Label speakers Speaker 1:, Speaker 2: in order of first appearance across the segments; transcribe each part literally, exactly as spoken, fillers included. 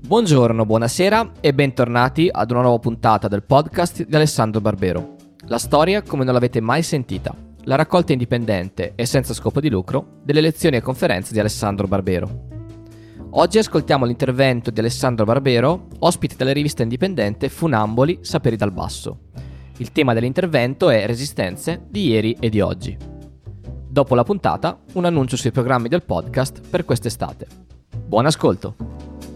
Speaker 1: Buongiorno, buonasera e bentornati ad una nuova puntata del podcast di Alessandro Barbero. La storia come non l'avete mai sentita, la raccolta indipendente e senza scopo di lucro delle lezioni e conferenze di Alessandro Barbero. Oggi ascoltiamo l'intervento di Alessandro Barbero, ospite della rivista indipendente Funamboli Saperi dal Basso. Il tema dell'intervento è Resistenze di ieri e di oggi. Dopo la puntata, un annuncio sui programmi del podcast per quest'estate. Buon ascolto!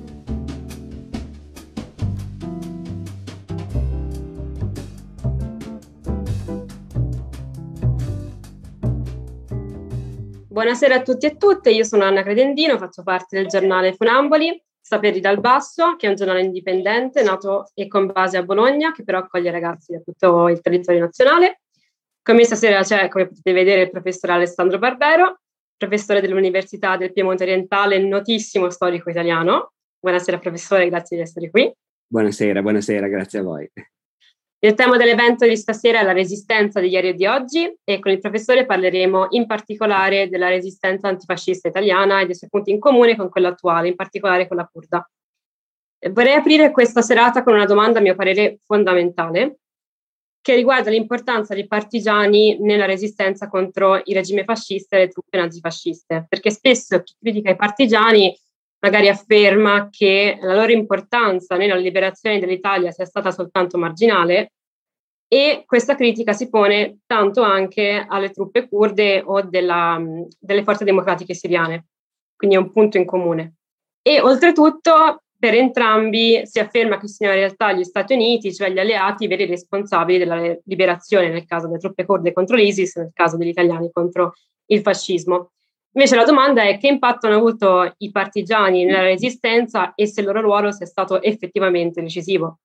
Speaker 2: Buonasera a tutti e tutte, io sono Anna Credendino, faccio parte del giornale Funamboli Saperi dal Basso, che è un giornale indipendente nato e con base a Bologna, che però accoglie ragazzi da tutto il territorio nazionale. Con me stasera c'è, come potete vedere, il professor Alessandro Barbero, professore dell'Università del Piemonte Orientale, notissimo storico italiano. Buonasera professore, grazie di essere qui.
Speaker 3: Buonasera, buonasera, grazie a voi.
Speaker 2: Il tema dell'evento di stasera è la resistenza di ieri e di oggi e con il professore parleremo in particolare della resistenza antifascista italiana e dei suoi punti in comune con quella attuale, in particolare con la curda. Vorrei aprire questa serata con una domanda a mio parere fondamentale che riguarda l'importanza dei partigiani nella resistenza contro il regime fascista e le truppe nazifasciste, perché spesso chi critica i partigiani magari afferma che la loro importanza nella liberazione dell'Italia sia stata soltanto marginale e questa critica si pone tanto anche alle truppe curde o della, delle forze democratiche siriane, quindi è un punto in comune. E oltretutto per entrambi si afferma che siano in realtà gli Stati Uniti, cioè gli alleati, i veri responsabili della liberazione nel caso delle truppe curde contro l'ISIS, nel caso degli italiani contro il fascismo. Invece la domanda è che impatto hanno avuto i partigiani nella resistenza e se il loro ruolo sia stato effettivamente decisivo.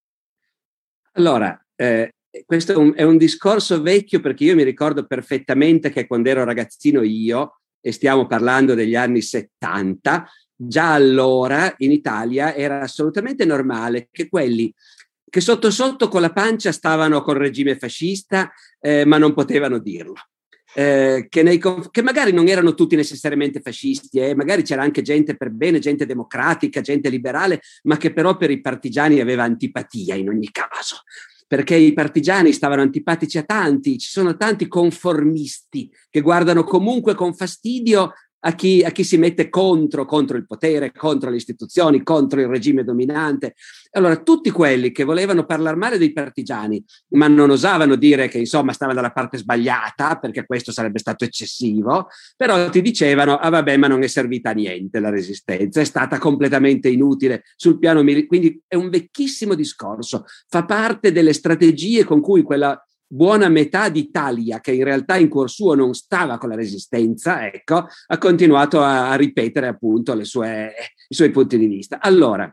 Speaker 3: Allora, eh, questo è un, è un discorso vecchio perché io mi ricordo perfettamente che quando ero ragazzino io, e stiamo parlando degli anni settanta, già allora in Italia era assolutamente normale che quelli che sotto sotto con la pancia stavano col regime fascista eh, ma non potevano dirlo. Eh, che, nei, che magari non erano tutti necessariamente fascisti, eh, magari c'era anche gente per bene, gente democratica, gente liberale, ma che però per i partigiani aveva antipatia in ogni caso, perché i partigiani stavano antipatici a tanti, ci sono tanti conformisti che guardano comunque con fastidio a chi, a chi si mette contro, contro il potere, contro le istituzioni, contro il regime dominante. Allora tutti quelli che volevano parlare male dei partigiani ma non osavano dire che insomma stavano dalla parte sbagliata perché questo sarebbe stato eccessivo, però ti dicevano ah vabbè ma non è servita a niente la resistenza, è stata completamente inutile sul piano militare, quindi è un vecchissimo discorso, fa parte delle strategie con cui quella buona metà d'Italia che in realtà in cuor suo non stava con la resistenza, ecco, ha continuato a, a ripetere appunto le sue, i suoi punti di vista. Allora,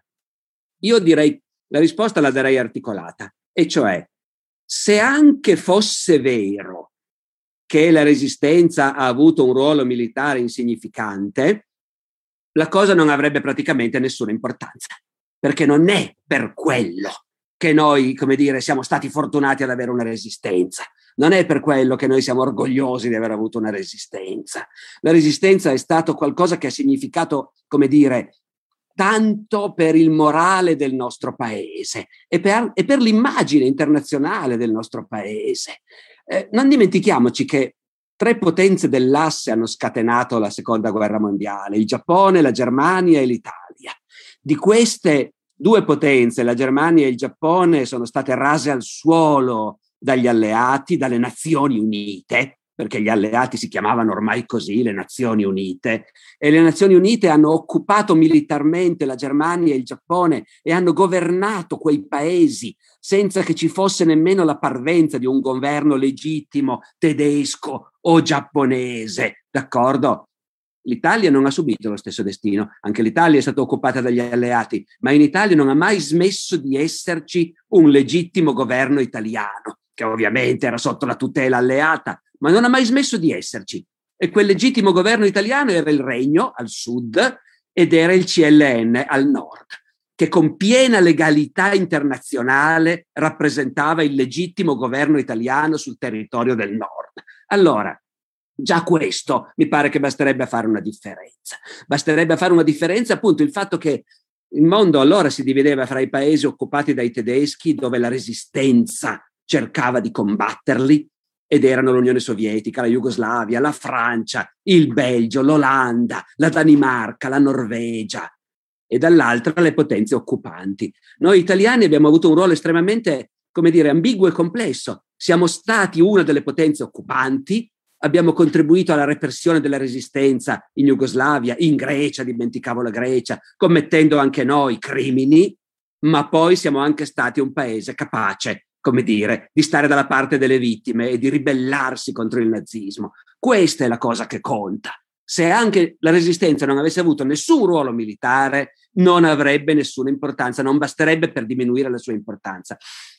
Speaker 3: io direi, la risposta la darei articolata, e cioè, se anche fosse vero che la resistenza ha avuto un ruolo militare insignificante, la cosa non avrebbe praticamente nessuna importanza, perché non è per quello che noi, come dire, siamo stati fortunati ad avere una resistenza. Non è per quello che noi siamo orgogliosi di aver avuto una resistenza. La resistenza è stato qualcosa che ha significato, come dire, tanto per il morale del nostro paese e per, e per l'immagine internazionale del nostro paese. Eh, non dimentichiamoci che tre potenze dell'asse hanno scatenato la seconda guerra mondiale, il Giappone, la Germania e l'Italia. Di queste due potenze, la Germania e il Giappone, sono state rase al suolo dagli alleati, dalle Nazioni Unite, perché gli alleati si chiamavano ormai così, le Nazioni Unite, e le Nazioni Unite hanno occupato militarmente la Germania e il Giappone e hanno governato quei paesi senza che ci fosse nemmeno la parvenza di un governo legittimo tedesco o giapponese, d'accordo? L'Italia non ha subito lo stesso destino, anche l'Italia è stata occupata dagli alleati, ma in Italia non ha mai smesso di esserci un legittimo governo italiano, che ovviamente era sotto la tutela alleata, ma non ha mai smesso di esserci. E quel legittimo governo italiano era il Regno al sud ed era il C L N al nord, che con piena legalità internazionale rappresentava il legittimo governo italiano sul territorio del nord. Allora, già questo mi pare che basterebbe a fare una differenza. Basterebbe a fare una differenza appunto il fatto che il mondo allora si divideva fra i paesi occupati dai tedeschi, dove la resistenza cercava di combatterli, ed erano l'Unione Sovietica, la Jugoslavia, la Francia, il Belgio, l'Olanda, la Danimarca, la Norvegia, e dall'altra le potenze occupanti. Noi italiani abbiamo avuto un ruolo estremamente, come dire, ambiguo e complesso. Siamo stati una delle potenze occupanti, abbiamo contribuito alla repressione della resistenza in Jugoslavia, in Grecia, dimenticavo la Grecia, commettendo anche noi crimini, ma poi siamo anche stati un paese capace, come dire, di stare dalla parte delle vittime e di ribellarsi contro il nazismo. Questa è la cosa che conta. Se anche la resistenza non avesse avuto nessun ruolo militare, non avrebbe nessuna importanza, non basterebbe per diminuire la sua importanza.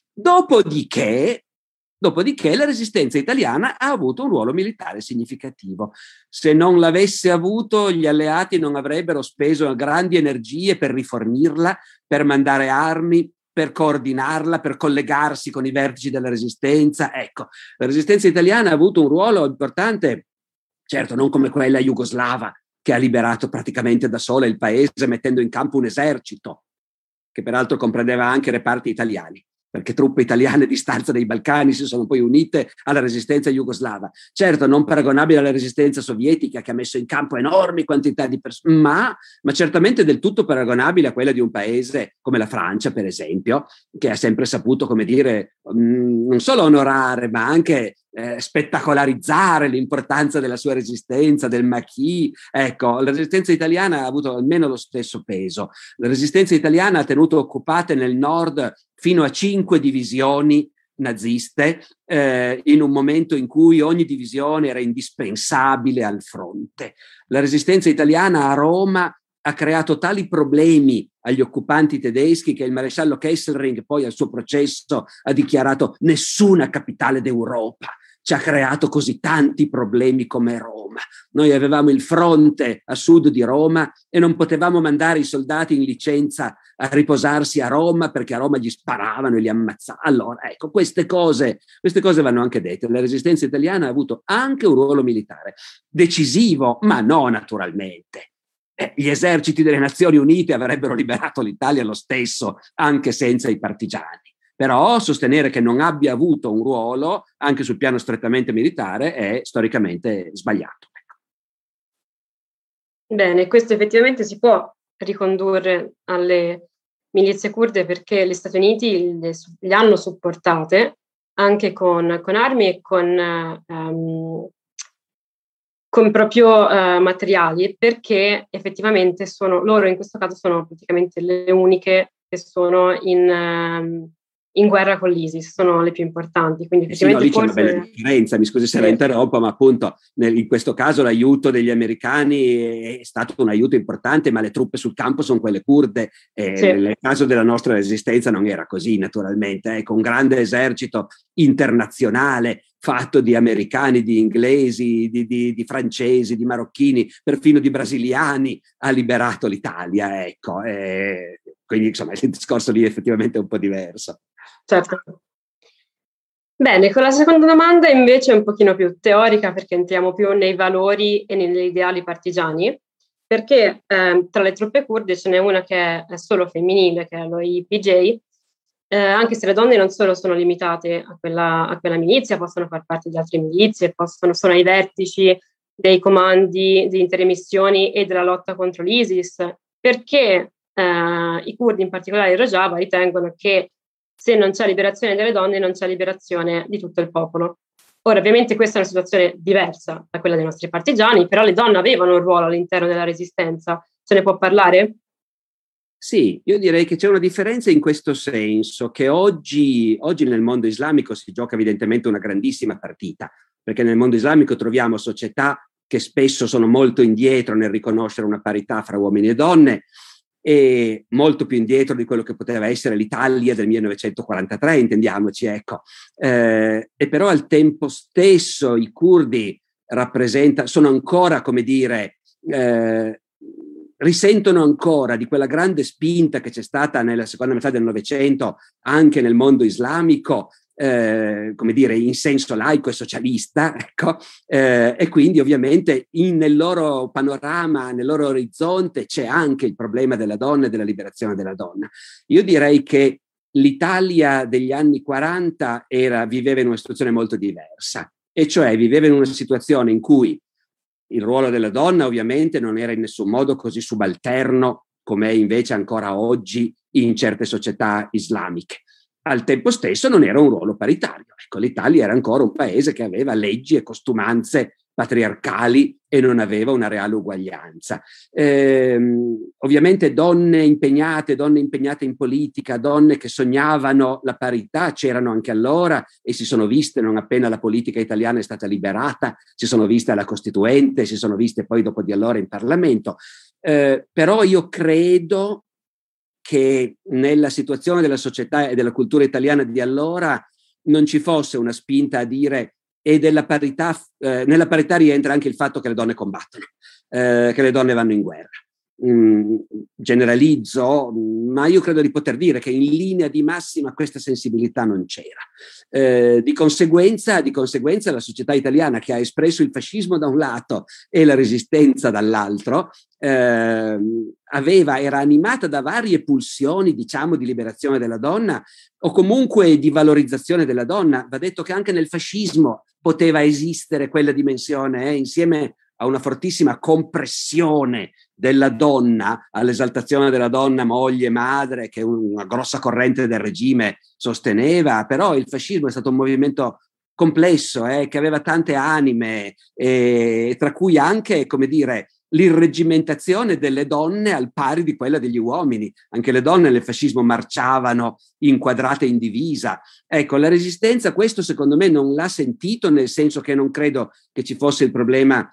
Speaker 3: Dopodiché, dopodiché la resistenza italiana ha avuto un ruolo militare significativo. Se non l'avesse avuto, gli alleati non avrebbero speso grandi energie per rifornirla, per mandare armi, per coordinarla, per collegarsi con i vertici della resistenza. Ecco, la resistenza italiana ha avuto un ruolo importante, certo non come quella jugoslava, che ha liberato praticamente da sola il paese mettendo in campo un esercito, che peraltro comprendeva anche reparti italiani, perché truppe italiane a distanza dai Balcani si sono poi unite alla resistenza jugoslava. Certo, non paragonabile alla resistenza sovietica, che ha messo in campo enormi quantità di persone, ma, ma certamente del tutto paragonabile a quella di un paese come la Francia, per esempio, che ha sempre saputo, come dire, mh, non solo onorare, ma anche eh, spettacolarizzare l'importanza della sua resistenza, del maquis. Ecco, la resistenza italiana ha avuto almeno lo stesso peso. La resistenza italiana ha tenuto occupate nel nord fino a cinque divisioni naziste, eh, in un momento in cui ogni divisione era indispensabile al fronte. La resistenza italiana a Roma ha creato tali problemi agli occupanti tedeschi che il maresciallo Kesselring poi al suo processo ha dichiarato: nessuna capitale d'Europa ci ha creato così tanti problemi come Roma. Noi avevamo il fronte a sud di Roma e non potevamo mandare i soldati in licenza a riposarsi a Roma perché a Roma gli sparavano e li ammazzavano. Allora, ecco, queste cose, queste cose vanno anche dette. La resistenza italiana ha avuto anche un ruolo militare decisivo, ma no naturalmente. Eh, gli eserciti delle Nazioni Unite avrebbero liberato l'Italia lo stesso, anche senza i partigiani. Però sostenere che non abbia avuto un ruolo anche sul piano strettamente militare è storicamente sbagliato.
Speaker 2: Bene, questo effettivamente si può ricondurre alle milizie curde, perché gli Stati Uniti le, le hanno supportate anche con, con armi e con, um, con proprio uh, materiali, perché effettivamente sono loro in questo caso sono praticamente le uniche che sono in... Um, in guerra con l'ISIS, sono le più importanti. Quindi
Speaker 3: eh sì, no, lì
Speaker 2: forse...
Speaker 3: c'è una bella differenza, mi scusi se sì. la interrompo, ma appunto nel, in questo caso l'aiuto degli americani è stato un aiuto importante, ma le truppe sul campo sono quelle curde. Eh, sì. Nel caso della nostra resistenza non era così, naturalmente. Ecco, un grande esercito internazionale fatto di americani, di inglesi, di, di, di francesi, di marocchini, perfino di brasiliani, ha liberato l'Italia. Ecco, eh, quindi insomma il discorso lì è effettivamente un po' diverso.
Speaker 2: Certo. Bene, con la seconda domanda invece è un pochino più teorica, perché entriamo più nei valori e negli ideali partigiani, perché eh, tra le truppe curde ce n'è una che è solo femminile, che è lo I P J, eh, anche se le donne non solo sono limitate a quella, a quella milizia, possono far parte di altre milizie, possono, sono ai vertici dei comandi di intere missioni e della lotta contro l'ISIS, perché eh, i curdi, in particolare i Rojava, ritengono che se non c'è liberazione delle donne non c'è liberazione di tutto il popolo. Ora, ovviamente questa è una situazione diversa da quella dei nostri partigiani, però le donne avevano un ruolo all'interno della resistenza. Se ne può parlare?
Speaker 3: Sì, io direi che c'è una differenza in questo senso, che oggi, oggi nel mondo islamico si gioca evidentemente una grandissima partita, perché nel mondo islamico troviamo società che spesso sono molto indietro nel riconoscere una parità fra uomini e donne, e molto più indietro di quello che poteva essere l'Italia del millenovecentoquarantatré, intendiamoci, ecco. Eh, e però al tempo stesso i curdi rappresentano, sono ancora, come dire, eh, risentono ancora di quella grande spinta che c'è stata nella seconda metà del Novecento anche nel mondo islamico, eh, come dire, in senso laico e socialista, ecco, eh, e quindi ovviamente in, nel loro panorama, nel loro orizzonte c'è anche il problema della donna e della liberazione della donna. Io direi che l'Italia degli anni quaranta era, viveva in una situazione molto diversa, e cioè viveva in una situazione in cui il ruolo della donna ovviamente non era in nessun modo così subalterno come è invece ancora oggi in certe società islamiche. Al tempo stesso non era un ruolo paritario. Ecco, l'Italia era ancora un paese che aveva leggi e costumanze patriarcali e non aveva una reale uguaglianza. Eh, ovviamente donne impegnate, donne impegnate in politica, donne che sognavano la parità c'erano anche allora e si sono viste non appena la politica italiana è stata liberata, si sono viste alla Costituente, si sono viste poi dopo di allora in Parlamento. Eh, però io credo che nella situazione della società e della cultura italiana di allora non ci fosse una spinta a dire e della parità, eh, nella parità rientra anche il fatto che le donne combattono, eh, che le donne vanno in guerra. Mm, generalizzo, ma io credo di poter dire che in linea di massima questa sensibilità non c'era. Eh, di conseguenza, di conseguenza la società italiana, che ha espresso il fascismo da un lato e la resistenza dall'altro, eh, aveva, era animata da varie pulsioni, diciamo, di liberazione della donna o comunque di valorizzazione della donna. Va detto che anche nel fascismo poteva esistere quella dimensione, eh, insieme a una fortissima compressione della donna, all'esaltazione della donna moglie, madre, che una grossa corrente del regime sosteneva. Però il fascismo è stato un movimento complesso, eh, che aveva tante anime, eh, tra cui anche, come dire, l'irreggimentazione delle donne al pari di quella degli uomini. Anche le donne nel fascismo marciavano inquadrate in divisa. Ecco, la resistenza questo secondo me non l'ha sentito, nel senso che non credo che ci fosse il problema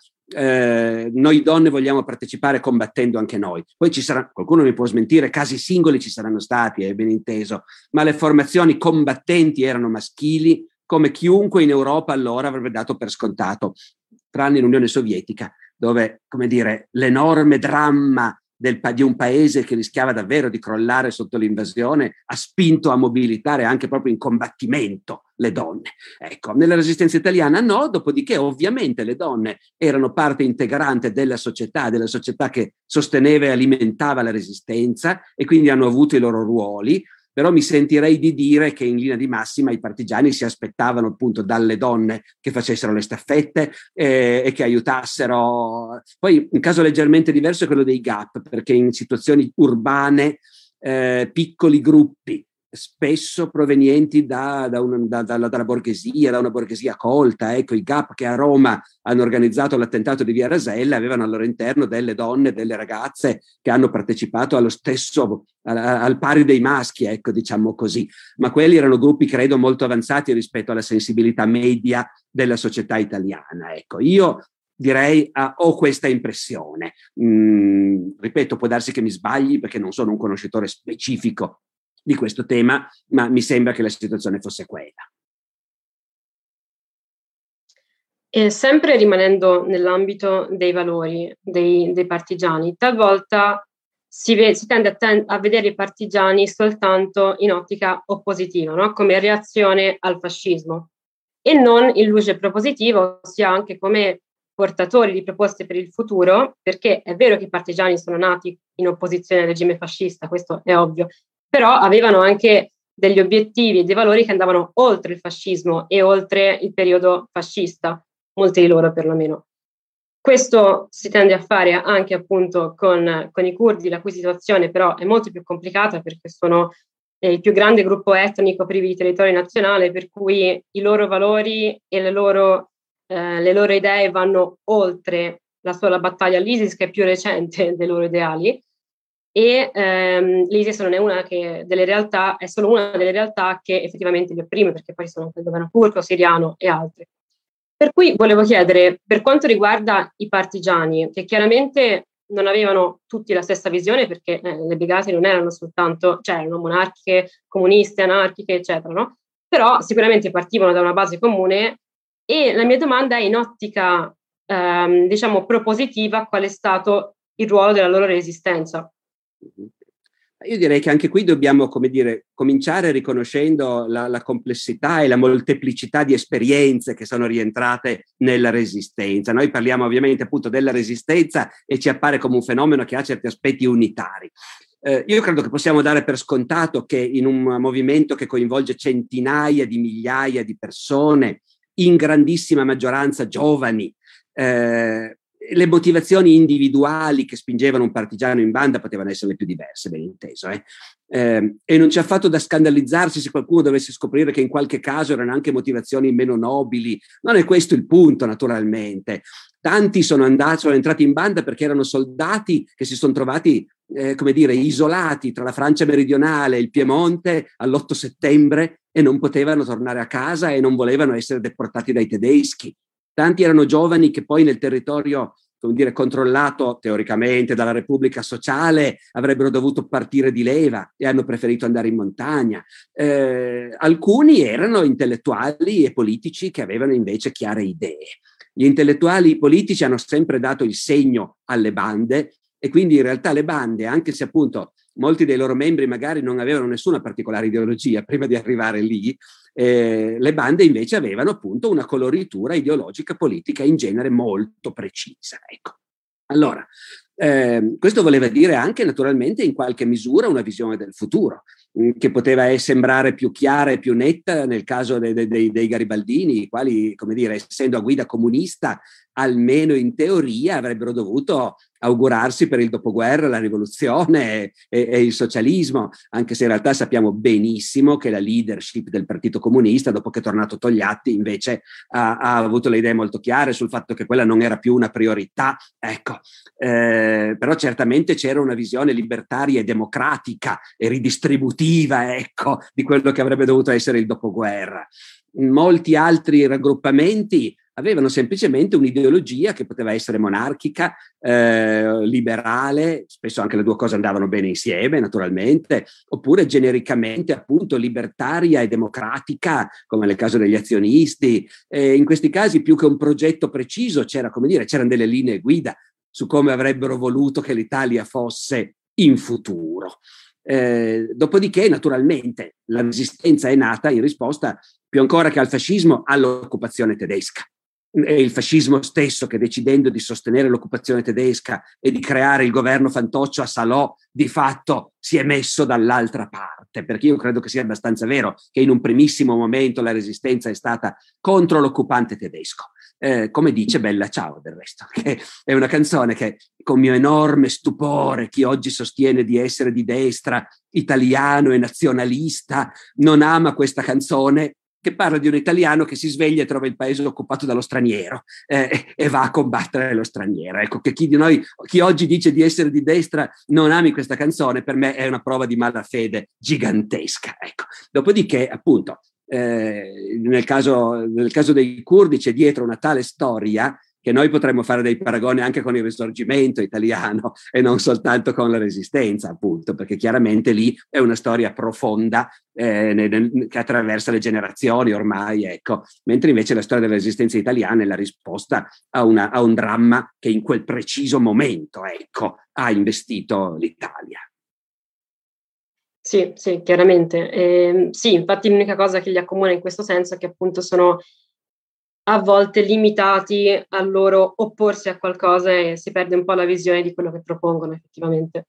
Speaker 3: Eh, noi donne vogliamo partecipare combattendo anche noi. Poi ci sarà, qualcuno mi può smentire, casi singoli ci saranno stati, è ben inteso, ma le formazioni combattenti erano maschili, come chiunque in Europa allora avrebbe dato per scontato, tranne l'Unione Sovietica, dove, come dire, l'enorme dramma del, di un paese che rischiava davvero di crollare sotto l'invasione ha spinto a mobilitare anche proprio in combattimento le donne. Ecco, nella resistenza italiana no, dopodiché ovviamente le donne erano parte integrante della società, della società che sosteneva e alimentava la resistenza, e quindi hanno avuto i loro ruoli. Però mi sentirei di dire che in linea di massima i partigiani si aspettavano appunto dalle donne che facessero le staffette eh, e che aiutassero. Poi un caso leggermente diverso è quello dei G A P, perché in situazioni urbane eh, piccoli gruppi, spesso provenienti da, da una, da, dalla, dalla borghesia, da una borghesia colta. Ecco, i G A P che a Roma hanno organizzato l'attentato di Via Rasella avevano al loro interno delle donne, delle ragazze che hanno partecipato allo stesso, al, al pari dei maschi, ecco, diciamo così. Ma quelli erano gruppi, credo, molto avanzati rispetto alla sensibilità media della società italiana. Ecco, io direi ah, ho questa impressione. Mm, ripeto, può darsi che mi sbagli perché non sono un conoscitore specifico di questo tema, ma mi sembra che la situazione fosse quella.
Speaker 2: E sempre rimanendo nell'ambito dei valori dei, dei partigiani, talvolta si, ve, si tende a, ten, a vedere i partigiani soltanto in ottica oppositiva, no? Come reazione al fascismo, e non in luce propositiva, ossia anche come portatori di proposte per il futuro, perché è vero che i partigiani sono nati in opposizione al regime fascista, questo è ovvio, però avevano anche degli obiettivi e dei valori che andavano oltre il fascismo e oltre il periodo fascista, molti di loro perlomeno. Questo si tende a fare anche appunto con, con i curdi, la cui situazione però è molto più complicata perché sono eh, il più grande gruppo etnico privi di territorio nazionale, per cui i loro valori e le loro, eh, le loro idee vanno oltre la sola battaglia all'ISIS, che è più recente dei loro ideali. E ehm, l'ISIS non è una che delle realtà, è solo una delle realtà che effettivamente li opprime, perché poi sono anche il governo turco, siriano e altre. Per cui volevo chiedere, per quanto riguarda i partigiani, che chiaramente non avevano tutti la stessa visione, perché eh, le brigate non erano soltanto, cioè erano monarchiche, comuniste, anarchiche, eccetera, no? Però sicuramente partivano da una base comune, e la mia domanda è in ottica, ehm, diciamo, propositiva, qual è stato il ruolo della loro resistenza?
Speaker 3: Io direi che anche qui dobbiamo, come dire, cominciare riconoscendo la, la complessità e la molteplicità di esperienze che sono rientrate nella Resistenza. Noi parliamo ovviamente appunto della Resistenza e ci appare come un fenomeno che ha certi aspetti unitari. Eh, io credo che possiamo dare per scontato che in un movimento che coinvolge centinaia di migliaia di persone, in grandissima maggioranza giovani, eh, le motivazioni individuali che spingevano un partigiano in banda potevano essere le più diverse, ben inteso. Eh? Eh, e non c'è affatto da scandalizzarsi se qualcuno dovesse scoprire che in qualche caso erano anche motivazioni meno nobili. Non è questo il punto, naturalmente. Tanti sono andati, sono entrati in banda perché erano soldati che si sono trovati, eh, come dire, isolati tra la Francia meridionale e il Piemonte all'otto settembre e non potevano tornare a casa e non volevano essere deportati dai tedeschi. Tanti erano giovani che poi nel territorio, come dire, controllato teoricamente dalla Repubblica Sociale avrebbero dovuto partire di leva e hanno preferito andare in montagna. Eh, alcuni erano intellettuali e politici che avevano invece chiare idee. Gli intellettuali politici hanno sempre dato il segno alle bande e quindi in realtà le bande, anche se appunto molti dei loro membri magari non avevano nessuna particolare ideologia prima di arrivare lì, eh, le bande invece avevano appunto una coloritura ideologica politica in genere molto precisa. Ecco. Allora, eh, questo voleva dire anche naturalmente in qualche misura una visione del futuro, mh, che poteva sembrare più chiara e più netta nel caso dei, dei, dei garibaldini, i quali, come dire, essendo a guida comunista, almeno in teoria avrebbero dovuto augurarsi per il dopoguerra la rivoluzione e, e il socialismo, anche se in realtà sappiamo benissimo che la leadership del Partito Comunista, dopo che è tornato Togliatti, invece ha, ha avuto le idee molto chiare sul fatto che quella non era più una priorità. Ecco, eh, però certamente c'era una visione libertaria e democratica e ridistributiva, ecco, di quello che avrebbe dovuto essere il dopoguerra. Molti altri raggruppamenti avevano semplicemente un'ideologia che poteva essere monarchica, eh, liberale, spesso anche le due cose andavano bene insieme naturalmente, oppure genericamente appunto libertaria e democratica, come nel caso degli azionisti. E in questi casi più che un progetto preciso c'era, come dire, c'erano delle linee guida su come avrebbero voluto che l'Italia fosse in futuro. Eh, dopodiché naturalmente la resistenza è nata in risposta più ancora che al fascismo all'occupazione tedesca. È il fascismo stesso che, decidendo di sostenere l'occupazione tedesca e di creare il governo fantoccio a Salò, di fatto si è messo dall'altra parte, perché io credo che sia abbastanza vero che in un primissimo momento la resistenza è stata contro l'occupante tedesco. Eh, come dice Bella Ciao, del resto, che è una canzone che, con mio enorme stupore, chi oggi sostiene di essere di destra, italiano e nazionalista, non ama questa canzone, che parla di un italiano che si sveglia e trova il paese occupato dallo straniero eh, e va a combattere lo straniero. Ecco, che chi di noi, chi oggi dice di essere di destra non ami questa canzone, per me è una prova di malafede gigantesca. Ecco. Dopodiché, appunto, eh, nel caso, nel caso dei curdi c'è dietro una tale storia che noi potremmo fare dei paragoni anche con il Risorgimento italiano e non soltanto con la Resistenza, appunto, perché chiaramente lì è una storia profonda eh, nel, che attraversa le generazioni ormai, ecco, mentre invece la storia della Resistenza italiana è la risposta a, una, a un dramma che in quel preciso momento, ecco, ha investito l'Italia.
Speaker 2: Sì, sì, chiaramente. Eh, sì, infatti l'unica cosa che li accomuna in questo senso è che appunto sono a volte limitati a loro opporsi a qualcosa e si perde un po' la visione di quello che propongono effettivamente.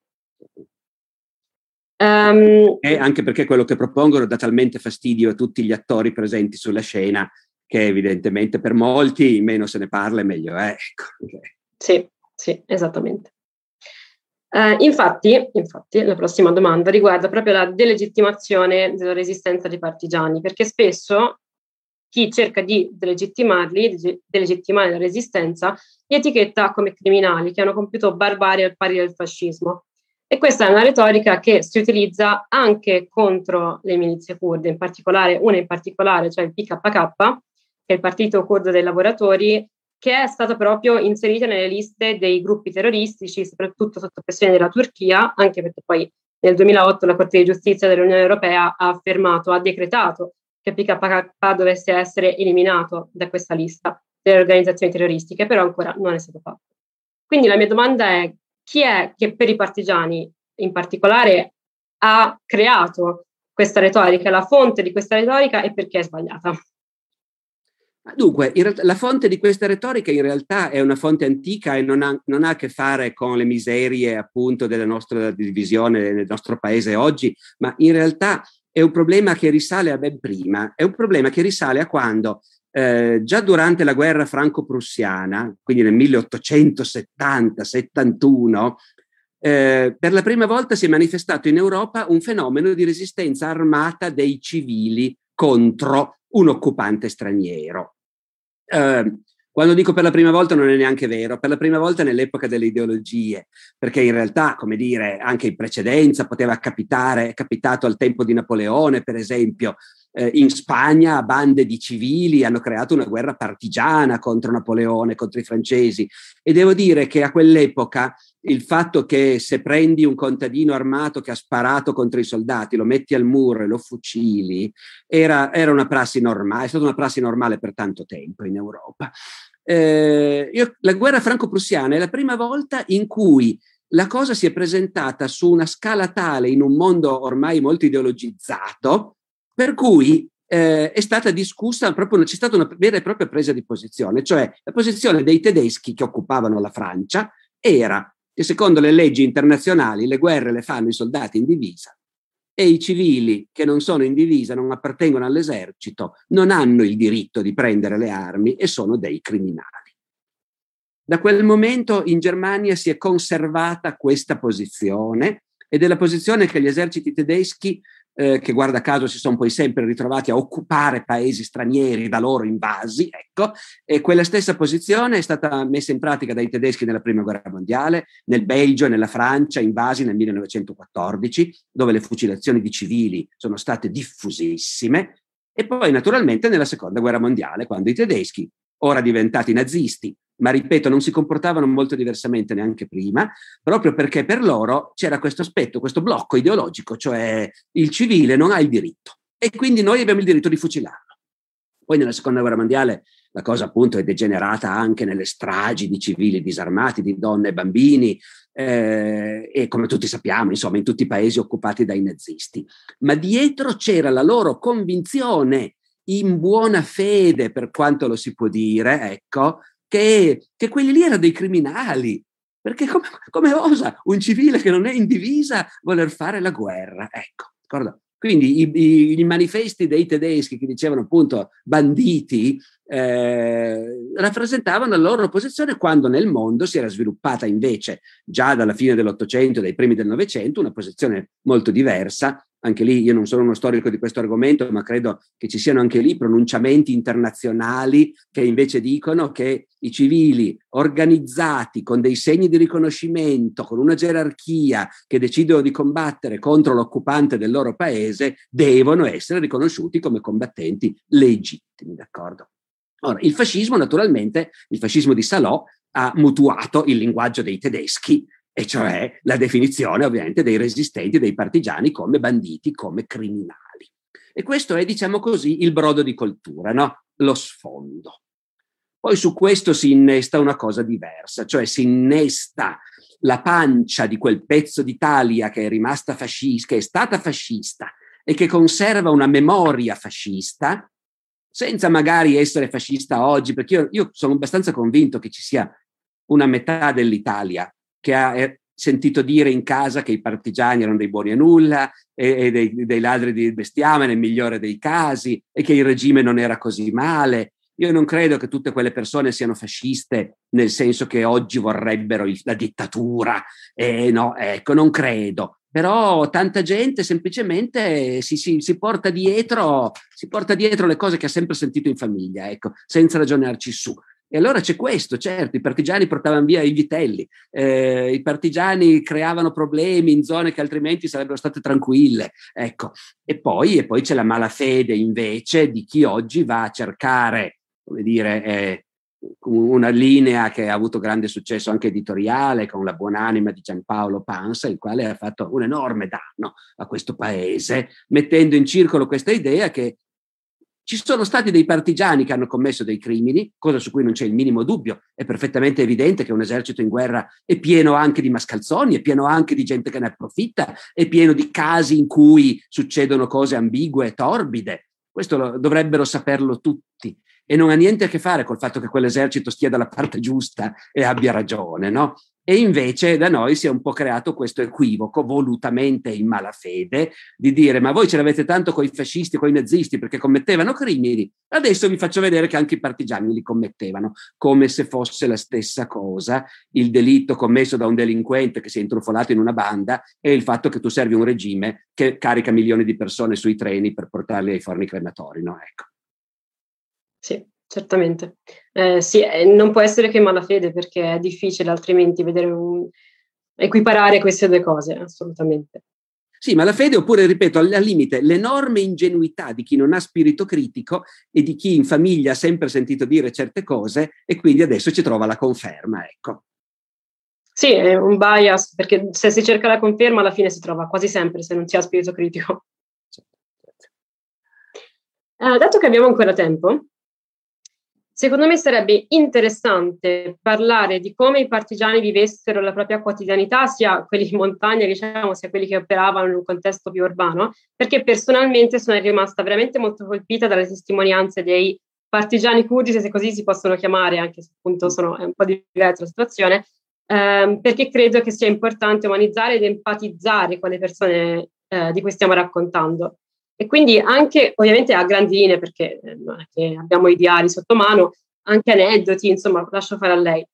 Speaker 2: Um,
Speaker 3: e anche perché quello che propongono dà talmente fastidio a tutti gli attori presenti sulla scena che evidentemente per molti meno se ne parla e meglio è. Ecco.
Speaker 2: Sì, sì, esattamente. Uh, infatti, infatti, la prossima domanda riguarda proprio la delegittimazione della resistenza dei partigiani, perché spesso chi cerca di delegittimarli, di delegittimare la resistenza, li etichetta come criminali che hanno compiuto barbarie al pari del fascismo. E questa è una retorica che si utilizza anche contro le milizie curde, in particolare una in particolare, cioè il P K K, che è il Partito Curdo dei Lavoratori, che è stato proprio inserito nelle liste dei gruppi terroristici, soprattutto sotto pressione della Turchia, anche perché poi nel duemilaotto la Corte di Giustizia dell'Unione Europea ha affermato, ha decretato che P K K dovesse essere eliminato da questa lista delle organizzazioni terroristiche, però ancora non è stato fatto. Quindi la mia domanda è: chi è che per i partigiani in particolare ha creato questa retorica, la fonte di questa retorica e perché è sbagliata.
Speaker 3: Dunque, in realtà, la fonte di questa retorica in realtà è una fonte antica e non ha, non ha a che fare con le miserie appunto della nostra divisione nel nostro paese oggi, ma in realtà è un problema che risale a ben prima, è un problema che risale a quando eh, già durante la guerra franco-prussiana, quindi nel milleottocentosettanta settantuno, eh, per la prima volta si è manifestato in Europa un fenomeno di resistenza armata dei civili contro un occupante straniero. Eh, quando dico per la prima volta non è neanche vero, per la prima volta nell'epoca delle ideologie, perché in realtà, come dire, anche in precedenza poteva capitare, è capitato al tempo di Napoleone, per esempio, eh, in Spagna bande di civili hanno creato una guerra partigiana contro Napoleone, contro i francesi, e devo dire che a quell'epoca il fatto che se prendi un contadino armato che ha sparato contro i soldati, lo metti al muro e lo fucili, era, era una prassi normale, è stata una prassi normale per tanto tempo in Europa. Eh, io, la guerra franco-prussiana è la prima volta in cui la cosa si è presentata su una scala tale in un mondo ormai molto ideologizzato, per cui eh, è stata discussa, proprio, c'è stata una vera e propria presa di posizione, cioè la posizione dei tedeschi che occupavano la Francia era che secondo le leggi internazionali le guerre le fanno i soldati in divisa e i civili che non sono in divisa, non appartengono all'esercito, non hanno il diritto di prendere le armi e sono dei criminali. Da quel momento in Germania si è conservata questa posizione ed è la posizione che gli eserciti tedeschi, eh, che guarda caso si sono poi sempre ritrovati a occupare paesi stranieri da loro invasi, ecco, e quella stessa posizione è stata messa in pratica dai tedeschi nella prima guerra mondiale, nel Belgio e nella Francia invasi nel millenovecentoquattordici, dove le fucilazioni di civili sono state diffusissime, e poi naturalmente nella seconda guerra mondiale, quando i tedeschi, ora diventati nazisti, ma ripeto, non si comportavano molto diversamente neanche prima, proprio perché per loro c'era questo aspetto, questo blocco ideologico, cioè il civile non ha il diritto e quindi noi abbiamo il diritto di fucilarlo. Poi nella seconda guerra mondiale la cosa appunto è degenerata anche nelle stragi di civili disarmati, di donne e bambini, eh, e come tutti sappiamo, insomma, in tutti i paesi occupati dai nazisti. Ma dietro c'era la loro convinzione in buona fede, per quanto lo si può dire, ecco, Che, che quelli lì erano dei criminali, perché come, come osa un civile che non è in divisa voler fare la guerra? Ecco, ricordo. Quindi i, i, i manifesti dei tedeschi che dicevano appunto banditi eh, rappresentavano la loro posizione, quando nel mondo si era sviluppata invece già dalla fine dell'Ottocento e dai primi del Novecento una posizione molto diversa. Anche lì io non sono uno storico di questo argomento, ma credo che ci siano anche lì pronunciamenti internazionali che invece dicono che i civili organizzati con dei segni di riconoscimento, con una gerarchia, che decidono di combattere contro l'occupante del loro paese, devono essere riconosciuti come combattenti legittimi, d'accordo? Ora, il fascismo naturalmente, il fascismo di Salò ha mutuato il linguaggio dei tedeschi, e cioè la definizione ovviamente dei resistenti, dei partigiani come banditi, come criminali. E questo è, diciamo così, il brodo di coltura, no? Lo sfondo. Poi su questo si innesta una cosa diversa, cioè si innesta la pancia di quel pezzo d'Italia che è rimasta fascista, che è stata fascista e che conserva una memoria fascista, senza magari essere fascista oggi, perché io, io sono abbastanza convinto che ci sia una metà dell'Italia che ha sentito dire in casa che i partigiani erano dei buoni a nulla e, e dei, dei ladri di bestiame nel migliore dei casi, e che il regime non era così male. Io non credo che tutte quelle persone siano fasciste nel senso che oggi vorrebbero il, la dittatura, eh, no, ecco, non credo. Però tanta gente semplicemente si, si, si, porta dietro, si porta dietro le cose che ha sempre sentito in famiglia, ecco, senza ragionarci su. E allora c'è questo, certo, i partigiani portavano via i vitelli, eh, i partigiani creavano problemi in zone che altrimenti sarebbero state tranquille, ecco. E poi, e poi c'è la malafede invece di chi oggi va a cercare, come dire, eh, una linea che ha avuto grande successo anche editoriale, con la buonanima di Giampaolo Pansa, il quale ha fatto un enorme danno a questo paese, mettendo in circolo questa idea che Ci sono stati dei partigiani che hanno commesso dei crimini, cosa su cui non c'è il minimo dubbio. È perfettamente evidente che un esercito in guerra è pieno anche di mascalzoni, è pieno anche di gente che ne approfitta, è pieno di casi in cui succedono cose ambigue e torbide. Questo lo, dovrebbero saperlo tutti. E non ha niente a che fare col fatto che quell'esercito stia dalla parte giusta e abbia ragione, no? E invece da noi si è un po' creato questo equivoco, volutamente in malafede, di dire ma voi ce l'avete tanto coi fascisti, coi nazisti perché commettevano crimini, adesso vi faccio vedere che anche i partigiani li commettevano, come se fosse la stessa cosa il delitto commesso da un delinquente che si è intrufolato in una banda e il fatto che tu servi un regime che carica milioni di persone sui treni per portarli ai forni crematori, no? Ecco.
Speaker 2: Sì, certamente. Eh, sì, eh, non può essere che malafede perché è difficile altrimenti vedere un... equiparare queste due cose, assolutamente.
Speaker 3: Sì, malafede oppure, ripeto, al, al limite l'enorme ingenuità di chi non ha spirito critico e di chi in famiglia ha sempre sentito dire certe cose e quindi adesso ci trova la conferma, ecco.
Speaker 2: Sì, è un bias, perché se si cerca la conferma alla fine si trova quasi sempre se non si ha spirito critico. Eh, dato che abbiamo ancora tempo, secondo me sarebbe interessante parlare di come i partigiani vivessero la propria quotidianità, sia quelli in montagna, diciamo, sia quelli che operavano in un contesto più urbano, perché personalmente sono rimasta veramente molto colpita dalle testimonianze dei partigiani curdi, se così si possono chiamare, anche se appunto sono, è un po' diversa la situazione, ehm, perché credo che sia importante umanizzare ed empatizzare con le persone eh, di cui stiamo raccontando. E quindi anche, ovviamente a grandi linee, perché eh, non è che abbiamo i diari sotto mano, anche aneddoti, insomma, lascio fare a lei.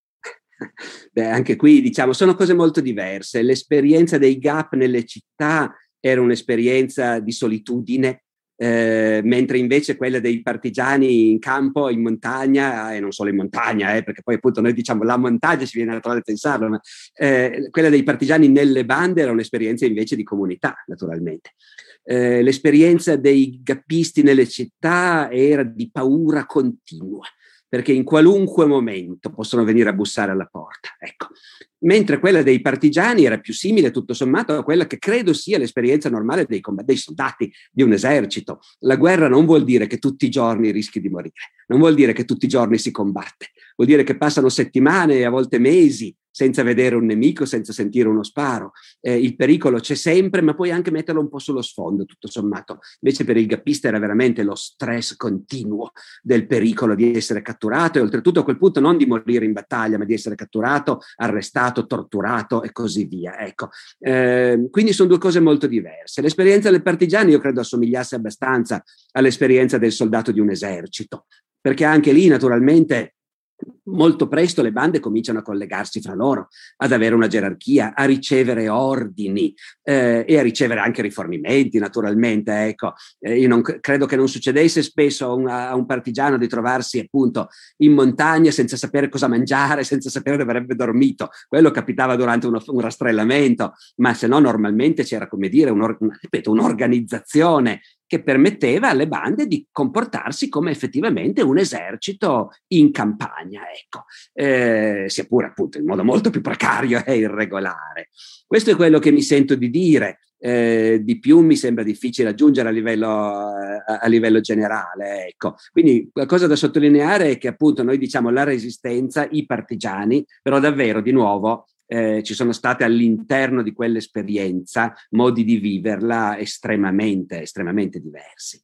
Speaker 3: Beh, anche qui, diciamo, sono cose molto diverse. L'esperienza dei GAP nelle città era un'esperienza di solitudine, eh, mentre invece quella dei partigiani in campo, in montagna, e non solo in montagna, eh, perché poi appunto noi diciamo la montagna, ci viene naturale pensarlo, ma eh, quella dei partigiani nelle bande era un'esperienza invece di comunità, naturalmente. Eh, l'esperienza dei gappisti nelle città era di paura continua, perché in qualunque momento possono venire a bussare alla porta, ecco. Mentre quella dei partigiani era più simile tutto sommato a quella che credo sia l'esperienza normale dei, dei soldati di un esercito. La guerra non vuol dire che tutti i giorni rischi di morire, non vuol dire che tutti i giorni si combatte, vuol dire che passano settimane e a volte mesi senza vedere un nemico, senza sentire uno sparo. Eh, il pericolo c'è sempre, ma puoi anche metterlo un po' sullo sfondo, tutto sommato. Invece per il gappista era veramente lo stress continuo del pericolo di essere catturato e oltretutto a quel punto non di morire in battaglia, ma di essere catturato, arrestato, torturato e così via. Ecco. Eh, quindi sono due cose molto diverse. L'esperienza del partigiano io credo assomigliasse abbastanza all'esperienza del soldato di un esercito, perché anche lì naturalmente molto presto le bande cominciano a collegarsi fra loro, ad avere una gerarchia, a ricevere ordini eh, e a ricevere anche rifornimenti, naturalmente. Ecco, eh, io non credo che non succedesse spesso a un, a un partigiano di trovarsi appunto in montagna senza sapere cosa mangiare, senza sapere dove avrebbe dormito. Quello capitava durante uno, un rastrellamento, ma se no normalmente c'era, come dire, un, ripeto, un'organizzazione che permetteva alle bande di comportarsi come effettivamente un esercito in campagna, ecco, eh, sia pure appunto in modo molto più precario e irregolare. Questo è quello che mi sento di dire. Eh, di più mi sembra difficile aggiungere a livello, a, a livello generale, ecco. Quindi la cosa da sottolineare è che appunto noi diciamo la resistenza, i partigiani, però davvero di nuovo Eh, ci sono state all'interno di quell'esperienza modi di viverla estremamente, estremamente diversi.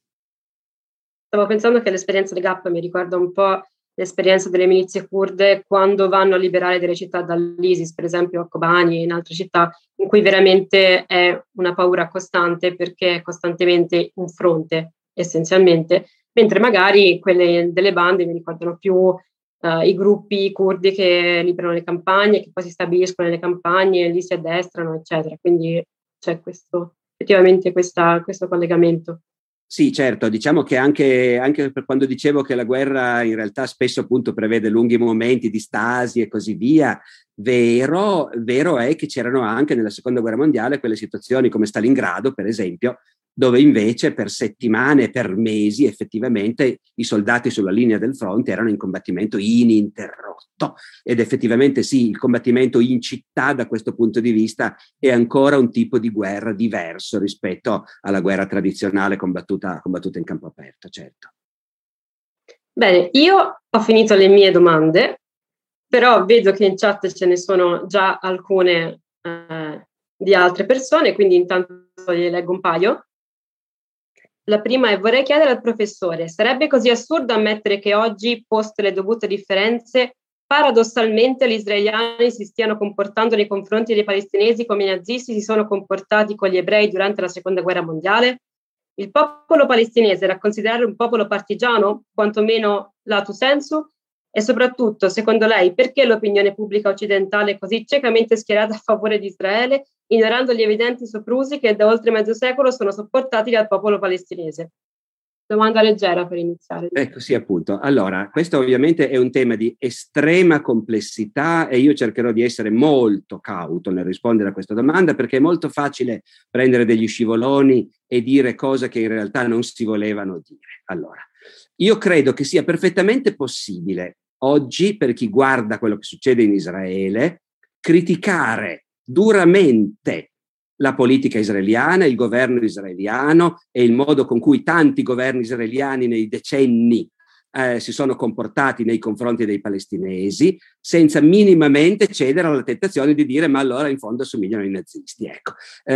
Speaker 2: Stavo pensando che l'esperienza del GAP mi ricorda un po' l'esperienza delle milizie kurde quando vanno a liberare delle città dall'ISIS, per esempio a Kobani e in altre città, in cui veramente è una paura costante perché è costantemente un fronte, essenzialmente, mentre magari quelle delle bande mi ricordano più Uh, i gruppi curdi che liberano le campagne, che poi si stabiliscono nelle campagne e lì si addestrano, eccetera. Quindi c'è questo, effettivamente questa, questo collegamento.
Speaker 3: Sì, certo, diciamo che anche, anche per quando dicevo che la guerra in realtà spesso appunto prevede lunghi momenti di stasi e così via, vero, vero è che c'erano anche nella seconda guerra mondiale quelle situazioni come Stalingrado, per esempio, dove invece per settimane, per mesi effettivamente i soldati sulla linea del fronte erano in combattimento ininterrotto, ed effettivamente sì, il combattimento in città da questo punto di vista è ancora un tipo di guerra diverso rispetto alla guerra tradizionale combattuta, combattuta in campo aperto, certo.
Speaker 2: Bene, io ho finito le mie domande, però vedo che in chat ce ne sono già alcune eh, di altre persone, quindi intanto le leggo un paio. La prima è: vorrei chiedere al professore, sarebbe così assurdo ammettere che oggi, poste le dovute differenze, paradossalmente gli israeliani si stiano comportando nei confronti dei palestinesi come i nazisti si sono comportati con gli ebrei durante la seconda guerra mondiale? Il popolo palestinese era considerato un popolo partigiano, quantomeno lato sensu? E soprattutto, secondo lei, perché l'opinione pubblica occidentale è così ciecamente schierata a favore di Israele, ignorando gli evidenti soprusi che da oltre mezzo secolo sono sopportati dal popolo palestinese? Domanda leggera per iniziare.
Speaker 3: Ecco, sì, appunto. Allora, questo ovviamente è un tema di estrema complessità e io cercherò di essere molto cauto nel rispondere a questa domanda, perché è molto facile prendere degli scivoloni e dire cose che in realtà non si volevano dire. Allora, io credo che sia perfettamente possibile oggi, per chi guarda quello che succede in Israele, criticare duramente la politica israeliana, il governo israeliano e il modo con cui tanti governi israeliani nei decenni eh, si sono comportati nei confronti dei palestinesi, senza minimamente cedere alla tentazione di dire ma allora in fondo assomigliano ai nazisti. Ecco.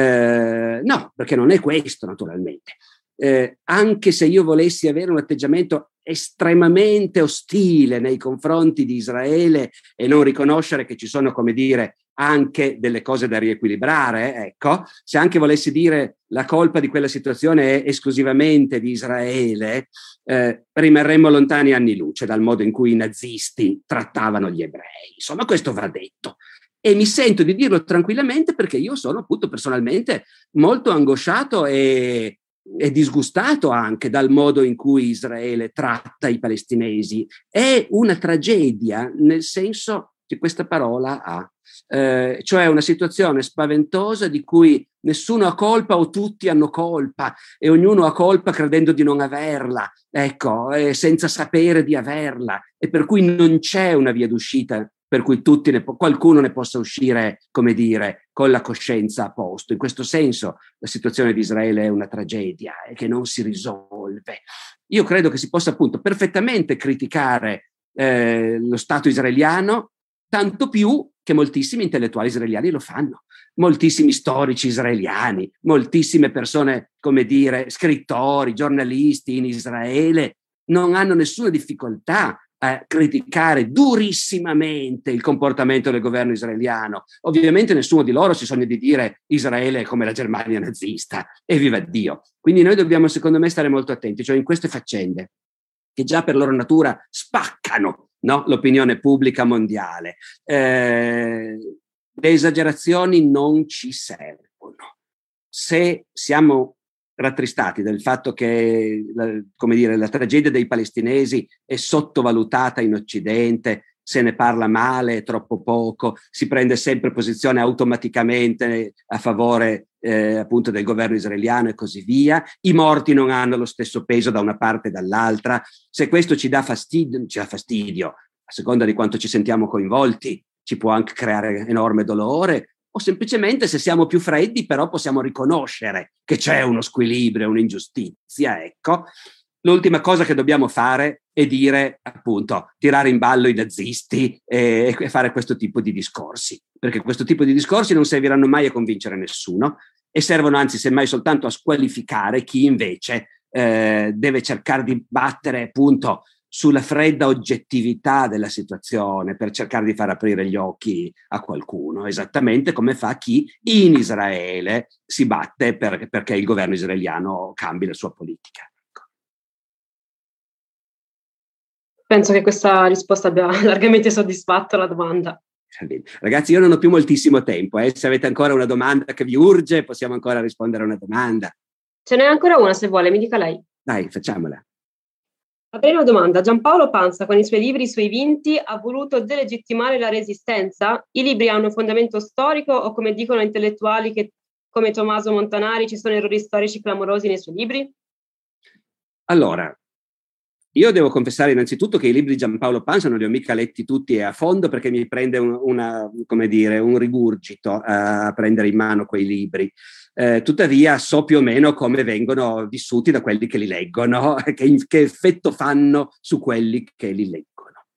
Speaker 3: Eh, no, perché non è questo naturalmente. Eh, anche se io volessi avere un atteggiamento estremamente ostile nei confronti di Israele e non riconoscere che ci sono, come dire, anche delle cose da riequilibrare, ecco, se anche volessi dire la colpa di quella situazione è esclusivamente di Israele, eh, rimarremmo lontani anni luce dal modo in cui i nazisti trattavano gli ebrei. Insomma, questo va detto. E mi sento di dirlo tranquillamente perché io sono appunto personalmente molto angosciato e è disgustato anche dal modo in cui Israele tratta i palestinesi. È una tragedia nel senso che questa parola ha, eh, cioè una situazione spaventosa di cui nessuno ha colpa o tutti hanno colpa e ognuno ha colpa credendo di non averla, ecco, eh, senza sapere di averla, e per cui non c'è una via d'uscita per cui tutti ne po- qualcuno ne possa uscire, come dire, con la coscienza a posto. In questo senso la situazione di Israele è una tragedia e che non si risolve. Io credo che si possa appunto perfettamente criticare eh, lo Stato israeliano, tanto più che moltissimi intellettuali israeliani lo fanno, moltissimi storici israeliani, moltissime persone, come dire, scrittori, giornalisti in Israele non hanno nessuna difficoltà a criticare durissimamente il comportamento del governo israeliano. Ovviamente nessuno di loro si sogna di dire Israele è come la Germania nazista, e viva Dio. Quindi noi dobbiamo, secondo me, stare molto attenti, cioè in queste faccende che già per loro natura spaccano, no, l'opinione pubblica mondiale. Eh, le esagerazioni non ci servono. Se siamo rattristati del fatto che la, come dire, la tragedia dei palestinesi è sottovalutata in Occidente, se ne parla male, è troppo poco, si prende sempre posizione automaticamente a favore eh, appunto del governo israeliano e così via, i morti non hanno lo stesso peso da una parte e dall'altra. Se questo ci dà fastidio, ci dà fastidio, a seconda di quanto ci sentiamo coinvolti, ci può anche creare enorme dolore, o semplicemente se siamo più freddi però possiamo riconoscere che c'è uno squilibrio, un'ingiustizia, ecco. L'ultima cosa che dobbiamo fare è dire, appunto, tirare in ballo i nazisti e, e fare questo tipo di discorsi, perché questo tipo di discorsi non serviranno mai a convincere nessuno e servono anzi semmai soltanto a squalificare chi invece eh, deve cercare di battere appunto sulla fredda oggettività della situazione per cercare di far aprire gli occhi a qualcuno, esattamente come fa chi in Israele si batte per, perché il governo israeliano cambi la sua politica.
Speaker 2: Penso che questa risposta abbia largamente soddisfatto la domanda.
Speaker 3: Ragazzi, io non ho più moltissimo tempo, eh. Se avete ancora una domanda che vi urge, possiamo ancora rispondere a una domanda.
Speaker 2: Ce n'è ancora una, se vuole, mi dica lei.
Speaker 3: Dai, facciamola.
Speaker 2: La prima domanda: Giampaolo Pansa con i suoi libri sui vinti ha voluto delegittimare la resistenza? I libri hanno un fondamento storico o, come dicono intellettuali che come Tommaso Montanari, ci sono errori storici clamorosi nei suoi libri?
Speaker 3: Allora, io devo confessare innanzitutto che i libri di Giampaolo Pansa non li ho mica letti tutti e a fondo, perché mi prende un, una, come dire, un rigurgito a prendere in mano quei libri. Eh, tuttavia so più o meno come vengono vissuti da quelli che li leggono, che, che effetto fanno su quelli che li leggono.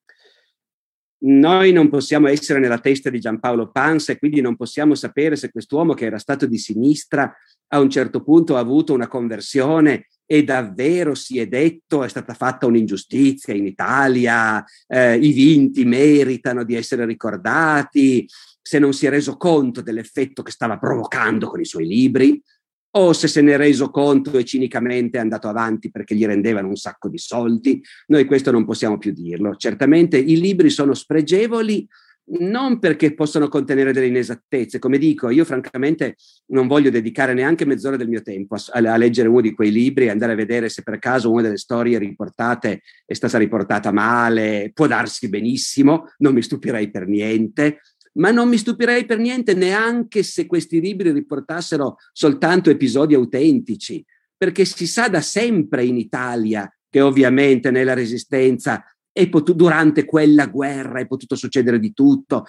Speaker 3: Noi non possiamo essere nella testa di Giampaolo Pansa e quindi non possiamo sapere se quest'uomo, che era stato di sinistra, a un certo punto ha avuto una conversione e davvero si è detto è stata fatta un'ingiustizia in Italia, eh, i vinti meritano di essere ricordati, se non si è reso conto dell'effetto che stava provocando con i suoi libri, o se se ne è reso conto e cinicamente è andato avanti perché gli rendevano un sacco di soldi. Noi questo non possiamo più dirlo. Certamente i libri sono spregevoli, non perché possono contenere delle inesattezze. Come dico, io francamente non voglio dedicare neanche mezz'ora del mio tempo a, a leggere uno di quei libri e andare a vedere se per caso una delle storie riportate è stata riportata male. Può darsi benissimo, non mi stupirei per niente, ma non mi stupirei per niente neanche se questi libri riportassero soltanto episodi autentici, perché si sa da sempre in Italia che ovviamente nella Resistenza e potuto, durante quella guerra è potuto succedere di tutto.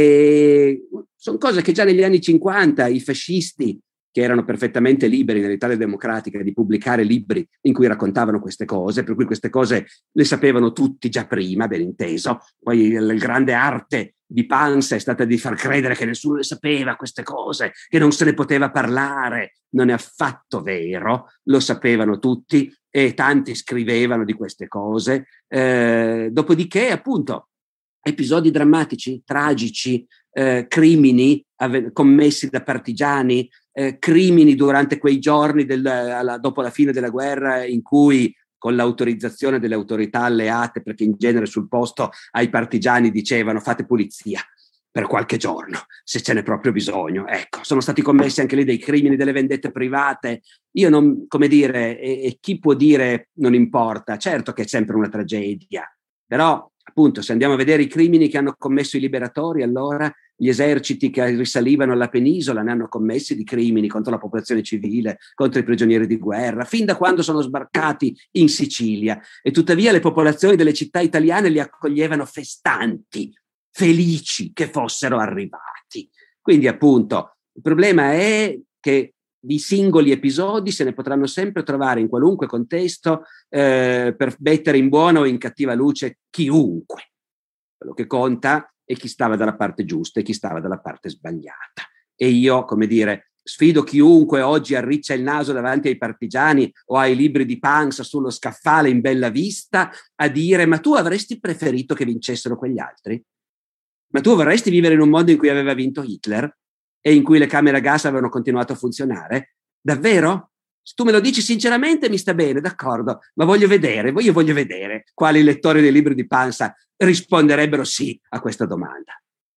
Speaker 3: E sono cose che già negli anni cinquanta i fascisti, che erano perfettamente liberi nell'Italia democratica di pubblicare libri in cui raccontavano queste cose, per cui queste cose le sapevano tutti già prima, ben inteso. Poi la grande arte di Pansa è stata di far credere che nessuno le sapeva queste cose, che non se ne poteva parlare. Non è affatto vero, lo sapevano tutti e tanti scrivevano di queste cose. Eh, dopodiché, appunto, episodi drammatici, tragici, eh, crimini ave- commessi da partigiani, eh, crimini durante quei giorni del, alla, dopo la fine della guerra, in cui con l'autorizzazione delle autorità alleate, perché in genere sul posto ai partigiani dicevano fate pulizia per qualche giorno, se ce n'è proprio bisogno. Ecco, sono stati commessi anche lì dei crimini, delle vendette private. Io non, come dire, e, e chi può dire non importa, certo che è sempre una tragedia, però appunto se andiamo a vedere i crimini che hanno commesso i liberatori, allora gli eserciti che risalivano alla penisola ne hanno commessi di crimini contro la popolazione civile, contro i prigionieri di guerra, fin da quando sono sbarcati in Sicilia, e tuttavia le popolazioni delle città italiane li accoglievano festanti, felici che fossero arrivati. Quindi appunto il problema è che di singoli episodi se ne potranno sempre trovare in qualunque contesto, eh, per mettere in buona o in cattiva luce chiunque. Quello che conta è chi stava dalla parte giusta e chi stava dalla parte sbagliata. E io, come dire, sfido chiunque oggi arriccia il naso davanti ai partigiani o ai libri di Pansa sullo scaffale in Bella Vista a dire: ma tu avresti preferito che vincessero quegli altri? Ma tu vorresti vivere in un mondo in cui aveva vinto Hitler e in cui le camere a gas avevano continuato a funzionare? Davvero? Se tu me lo dici sinceramente mi sta bene, d'accordo, ma voglio vedere, io voglio vedere quali lettori dei libri di Pansa risponderebbero sì a questa domanda.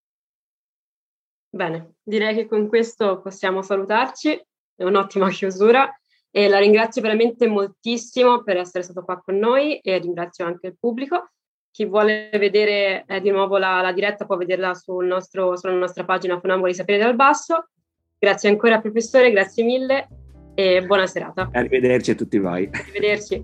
Speaker 2: Bene, direi che con questo possiamo salutarci, è un'ottima chiusura e la ringrazio veramente moltissimo per essere stato qua con noi e ringrazio anche il pubblico. Chi vuole vedere eh, di nuovo la, la diretta può vederla sul nostro, sulla nostra pagina Funamboli Sapere dal Basso. Grazie ancora professore, grazie mille e buona serata.
Speaker 3: Arrivederci a tutti voi.
Speaker 2: Arrivederci.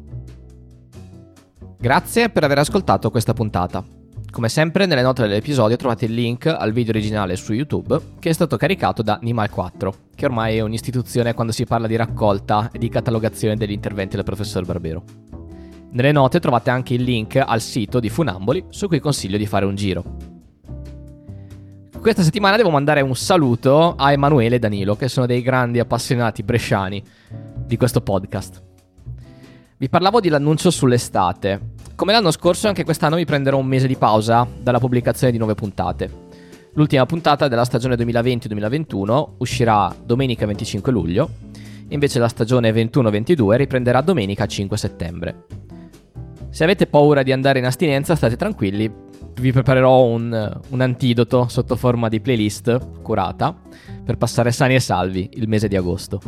Speaker 1: Grazie per aver ascoltato questa puntata. Come sempre nelle note dell'episodio trovate il link al video originale su YouTube che è stato caricato da Nimal quattro, che ormai è un'istituzione quando si parla di raccolta e di catalogazione degli interventi del professor Barbero. Nelle note trovate anche il link al sito di Funamboli su cui consiglio di fare un giro. Questa settimana devo mandare un saluto a Emanuele e Danilo, che sono dei grandi appassionati bresciani di questo podcast. Vi parlavo dell'annuncio sull'estate. Come l'anno scorso, anche quest'anno mi prenderò un mese di pausa dalla pubblicazione di nuove puntate. L'ultima puntata della stagione duemilaventi duemilaventuno uscirà domenica venticinque luglio, invece la stagione ventuno ventidue riprenderà domenica cinque settembre. Se avete paura di andare in astinenza, state tranquilli, vi preparerò un, un antidoto sotto forma di playlist curata per passare sani e salvi il mese di agosto.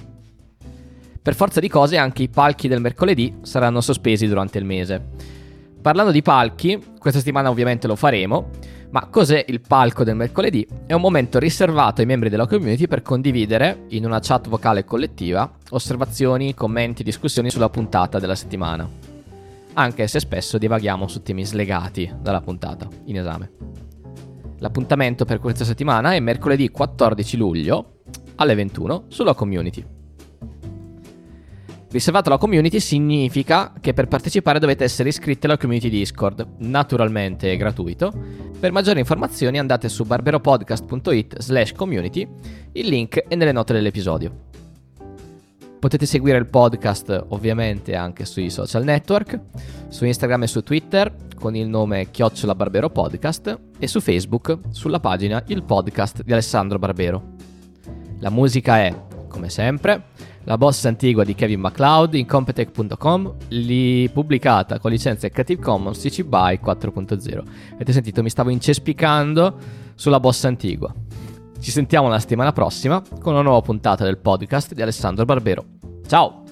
Speaker 1: Per forza di cose anche i palchi del mercoledì saranno sospesi durante il mese. Parlando di palchi, questa settimana ovviamente lo faremo, ma cos'è il palco del mercoledì? È un momento riservato ai membri della community per condividere, in una chat vocale collettiva, osservazioni, commenti, discussioni sulla puntata della settimana, anche se spesso divaghiamo su temi slegati dalla puntata in esame. L'appuntamento per questa settimana è mercoledì quattordici luglio alle ventuno sulla community. Riservato alla community significa che per partecipare dovete essere iscritti alla community Discord, naturalmente è gratuito. Per maggiori informazioni andate su barberopodcast.it slash community, il link è nelle note dell'episodio. Potete seguire il podcast ovviamente anche sui social network, su Instagram e su Twitter con il nome chiocciola Barbero Podcast e su Facebook sulla pagina Il Podcast di Alessandro Barbero. La musica è, come sempre, La Bossa Antigua di Kevin MacLeod in Competech punto com, li pubblicata con licenza Creative Commons C C B Y quattro punto zero. Avete sentito, mi stavo incespicando sulla Bossa Antigua. Ci sentiamo la settimana prossima con una nuova puntata del podcast di Alessandro Barbero. Ciao!